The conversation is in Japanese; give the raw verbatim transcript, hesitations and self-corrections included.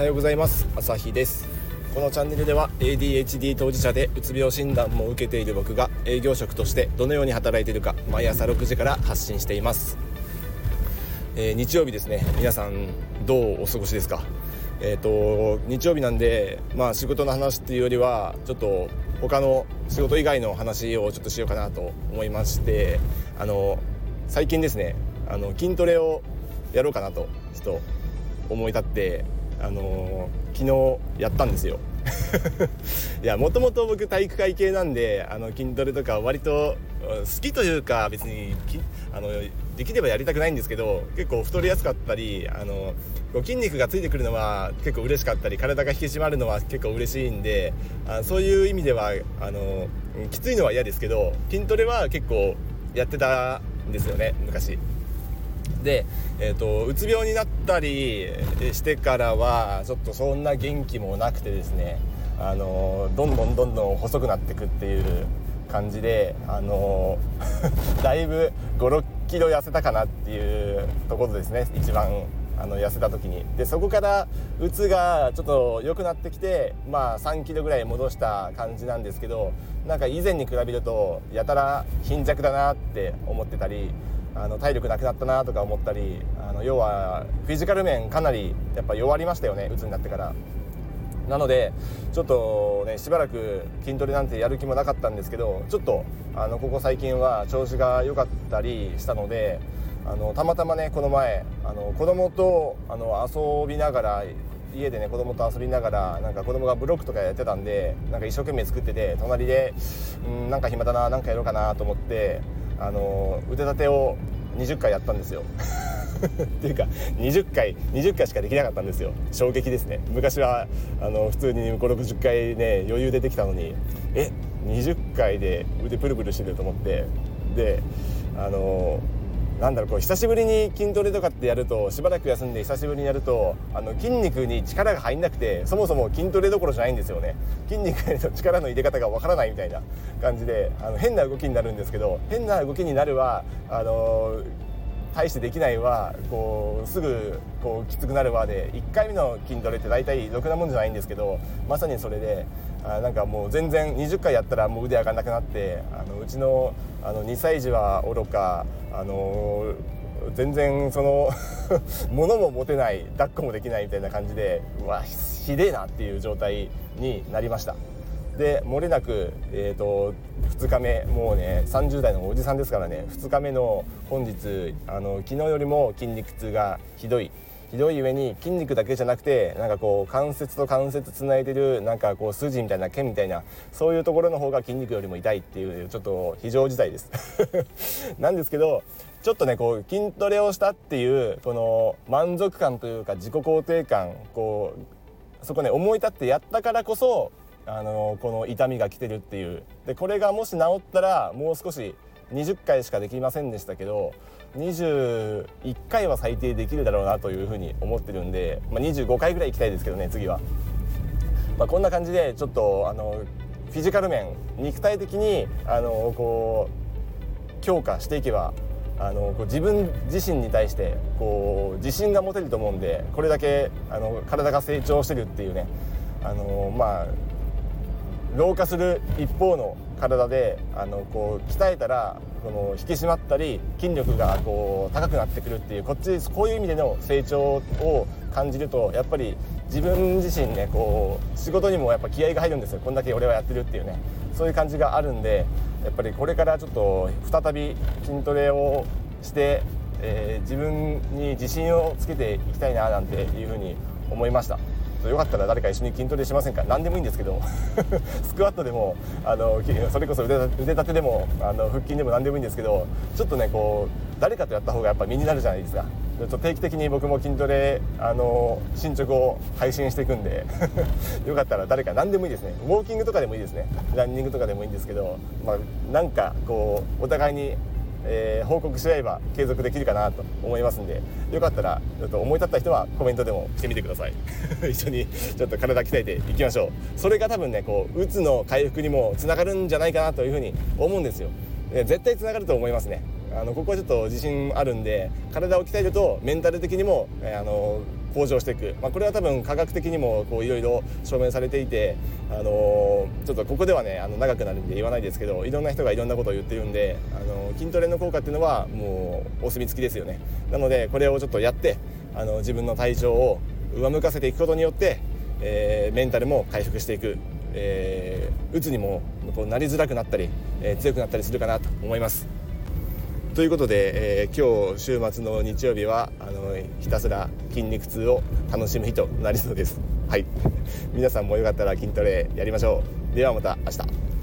ようございます。朝日です。このチャンネルでは エーディーエイチディー 当事者でうつ病診断も受けている僕が営業職としてどのように働いているか毎朝ろくじから発信しています。えー、日曜日ですね。皆さんどうお過ごしですか？えーと日曜日なんで、まあ、仕事の話っていうよりはちょっと他の仕事以外の話をちょっとしようかなと思いまして、あの最近ですね、あの筋トレをやろうかなとちょっと思い立って、あのー、昨日やったんですよいや、もともと僕体育会系なんで、あの筋トレとか割と好きというか、別にあのできればやりたくないんですけど、結構太りやすかったり、あの筋肉がついてくるのは結構嬉しかったり、体が引き締まるのは結構嬉しいんで、あそういう意味ではあのきついのは嫌ですけど、筋トレは結構やってたんですよね、昔で。えーと、うつ病になったりしてからはちょっとそんな元気もなくてですね、あのどんどんどんどん細くなっていくっていう感じで、あのだいぶご、ろっキロ痩せたかなっていうところですね、一番あの痩せた時に。でそこからうつがちょっと良くなってきて、まあさんキロぐらい戻した感じなんですけど、なんか以前に比べるとやたら貧弱だなって思ってたり、あの体力なくなったなとか思ったり、あの要はフィジカル面かなりやっぱ弱りましたよね、うつになってから。なのでちょっとね、しばらく筋トレなんてやる気もなかったんですけど、ちょっとあのここ最近は調子が良かったりしたので、あのたまたまね、この前あの子供とあの遊びながら、家でね子供と遊びながら、なんか子供がブロックとかやってたんで、なんか一生懸命作ってて、隣でんなんか暇だな、なんかやろうかなと思って、あの腕立てをにじゅっかいやったんですよっていうかにじゅっかいにじゅっかいしかできなかったんですよ。衝撃ですね。昔はあの普通にごじゅうろくじゅっかいね余裕でできたのに、えにじゅっかいで腕プルプルしてると思って、であのなんだろう、こう久しぶりに筋トレとかってやると、しばらく休んで久しぶりにやると、あの筋肉に力が入んなくて、そもそも筋トレどころじゃないんですよね。筋肉への力の入れ方がわからないみたいな感じで、あの変な動きになるんですけど、変な動きになるはあの大してできないはこうすぐこうきつくなるわで、いっかいめの筋トレって大体ろくなもんじゃないんですけど、まさにそれで、あなんかもう全然にじゅっかいやったらもう腕上がんなくなって、あのうちのあのにさい児はおろか、あの全然その物も持てない、抱っこもできないみたいな感じで、うわひでえなっていう状態になりました。で漏れなく、えーとふつかめ、もうねさんじゅう代のおじさんですからね、ふつかめの本日、あの昨日よりも筋肉痛がひどいひどい上に、筋肉だけじゃなくて、なんかこう関節と関節つないでるなんかこう筋みたいな腱みたいな、そういうところの方が筋肉よりも痛いっていう、ちょっと非常事態ですなんですけど、ちょっとねこう筋トレをしたっていうこの満足感というか自己肯定感、こうそこね思い立ってやったからこそ、あのこの痛みが来てるっていう。でこれがもし治ったらもう少し、にじゅっかいしかできませんでしたけどにじゅういっかいは最低できるだろうなというふうに思ってるんで、まあ、にじゅうごかいぐらい行きたいですけどね、次は。まあ、こんな感じでちょっとあのフィジカル面、肉体的にあのこう強化していけば、あのこう自分自身に対してこう自信が持てると思うんで、これだけあの体が成長してるっていうね、あのまあ老化する一方の体で、あのこう鍛えたらこの引き締まったり筋力がこう高くなってくるっていう、こっちこういう意味での成長を感じると、やっぱり自分自身ねこう仕事にもやっぱ気合が入るんですよ。こんだけ俺はやってるっていうね、そういう感じがあるんで、やっぱりこれからちょっと再び筋トレをして、えー、自分に自信をつけていきたいななんていうふうに思いました。よかったら誰か一緒に筋トレしませんか？何でもいいんですけどスクワットでも、あのそれこそ腕立てでも、あの腹筋でも何でもいいんですけど、ちょっとねこう誰かとやった方がやっぱ身になるじゃないですか。ちょっと定期的に僕も筋トレあの進捗を配信していくんでよかったら誰か、何でもいいですね。ウォーキングとかでもいいですね。ランニングとかでもいいんですけど、まあ、なんかこうお互いにえー、報告し合えば継続できるかなと思いますんで、よかったらちょっと思い立った人はコメントでもしてみてください一緒にちょっと体鍛えていきましょう。それが多分ねこううつの回復にもつながるんじゃないかなというふうに思うんですよ。絶対つながると思いますね。 あのここはちょっと自信あるんで、体を鍛えるとメンタル的にも、えー、あの向上していく、まあ、これは多分科学的にもこういろいろ証明されていて、あのちょっとここではねあの長くなるんで言わないですけど、いろんな人がいろんなことを言ってるんで、あの筋トレの効果っていうのはもうお墨付きですよね。なのでこれをちょっとやってあの自分の体調を上向かせていくことによって、えー、メンタルも回復していく、えー、うつにもこうなりづらくなったり、えー、強くなったりするかなと思います。ということで、えー、今日週末の日曜日はあのひたすら筋肉痛を楽しむ日となりそうです。はい皆さんもよかったら筋トレやりましょう。ではまた明日。